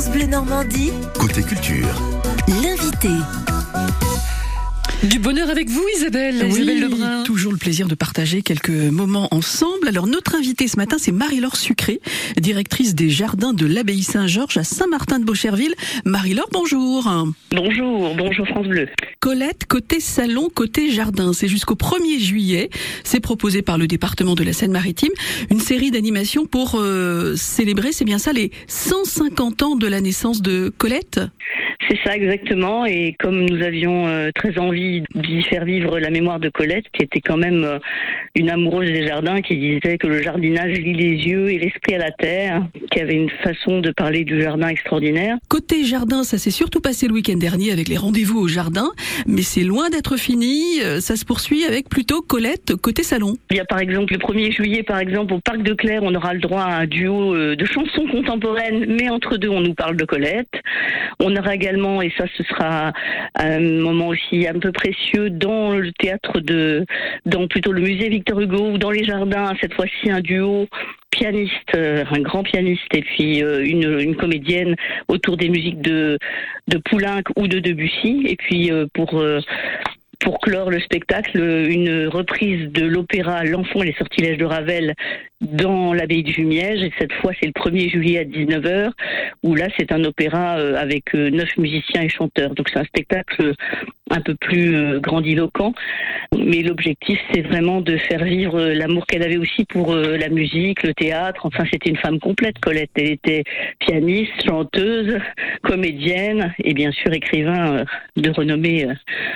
France Bleu Normandie, Côté culture. l'invité. Du bonheur avec vous, Isabelle Lebrun. Toujours le plaisir de partager quelques moments ensemble. Alors, notre invitée ce matin, c'est Marie-Laure Sucré, directrice des jardins de l'Abbaye Saint-Georges à Saint-Martin-de-Beaucherville. Marie-Laure, bonjour. Bonjour France Bleu. Colette, côté salon, côté jardin. C'est jusqu'au 1er juillet. C'est proposé par le département de la Seine-Maritime. Une série d'animations pour célébrer, c'est bien ça, les 150 ans de la naissance de Colette ? C'est ça exactement, et comme nous avions très envie d'y faire vivre la mémoire de Colette, qui était quand même une amoureuse des jardins, qui disait que le jardinage lie les yeux et l'esprit à la terre, qui avait une façon de parler du jardin extraordinaire. Côté jardin, ça s'est surtout passé le week-end dernier avec les rendez-vous au jardin, mais c'est loin d'être fini, ça se poursuit avec plutôt Colette côté salon. Il y a par exemple le 1er juillet, par exemple, au Parc de Clère, on aura le droit à un duo de chansons contemporaines, mais entre deux on nous parle de Colette. On aura également, et ça ce sera un moment aussi un peu précieux, dans le théâtre dans plutôt le musée Victor Hugo ou dans les jardins, cette fois-ci un duo pianiste, un grand pianiste et puis une comédienne autour des musiques de Poulenc ou de Debussy, et puis pour clore le spectacle, une reprise de l'opéra L'Enfant et les sortilèges de Ravel dans l'abbaye de Jumièges, et cette fois c'est le 1er juillet à 19h, où là c'est un opéra avec 9 musiciens et chanteurs, donc c'est un spectacle un peu plus grandiloquent, mais l'objectif c'est vraiment de faire vivre l'amour qu'elle avait aussi pour la musique, le théâtre. Enfin, c'était une femme complète, Colette. Elle était pianiste, chanteuse, comédienne et bien sûr écrivain de renommée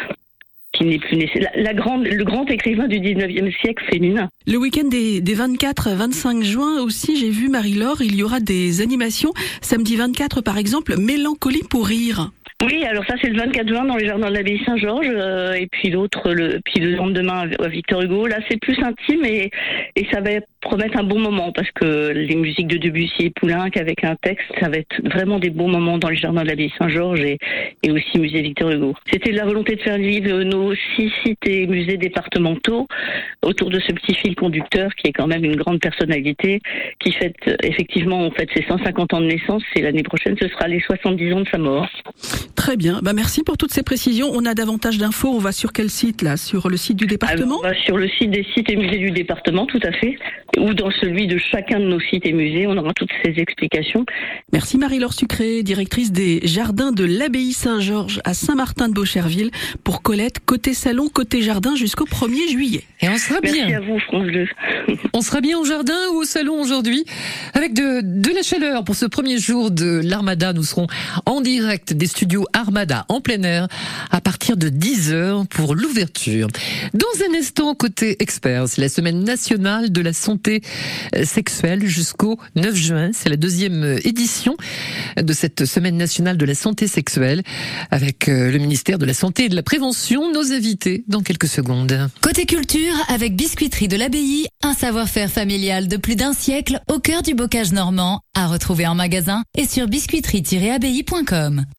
qui n'est plus nécessaire. Le grand écrivain du 19e siècle féminin. Le week-end des 24 25 juin aussi, j'ai vu Marie-Laure, il y aura des animations. Samedi 24 par exemple, Mélancolie pour rire. Oui, alors ça c'est le 24 juin dans les jardins de l'abbaye Saint-Georges, et puis le lendemain à Victor Hugo. Là c'est plus intime et ça va promettre un bon moment, parce que les musiques de Debussy et Poulenc avec un texte, ça va être vraiment des bons moments dans les jardins de l'abbaye Saint-Georges et aussi musée Victor Hugo. C'était la volonté de faire vivre nos 6 sites et musées départementaux autour de ce petit fil conducteur qui est quand même une grande personnalité, qui fête effectivement en fait ses 150 ans de naissance, et l'année prochaine ce sera les 70 ans de sa mort. Très bien, merci pour toutes ces précisions. On a davantage d'infos, on va sur quel site là? Sur le site du département? On va sur le site des sites et musées du département, tout à fait, ou dans celui de chacun de nos sites et musées, on aura toutes ces explications. Merci Marie-Laure Sucré, directrice des jardins de l'abbaye Saint-Georges à Saint-Martin-de-Beaucherville, pour Colette, côté salon, côté jardin jusqu'au 1er juillet. Et on sera Merci bien. à vous France Bleu. On sera bien au jardin ou au salon aujourd'hui, avec de la chaleur pour ce premier jour de l'Armada. Nous serons en direct des studios Armada en plein air à partir de 10h pour l'ouverture. Dans un instant, côté experts, c'est la semaine nationale de la santé sexuelle jusqu'au 9 juin. C'est la 2e édition de cette semaine nationale de la santé sexuelle avec le ministère de la Santé et de la Prévention. Nos invités dans quelques secondes. Côté culture, avec Biscuiterie de l'Abbaye, un savoir-faire familial de plus d'un siècle au cœur du bocage normand, à retrouver en magasin et sur biscuiterie-abbaye.com.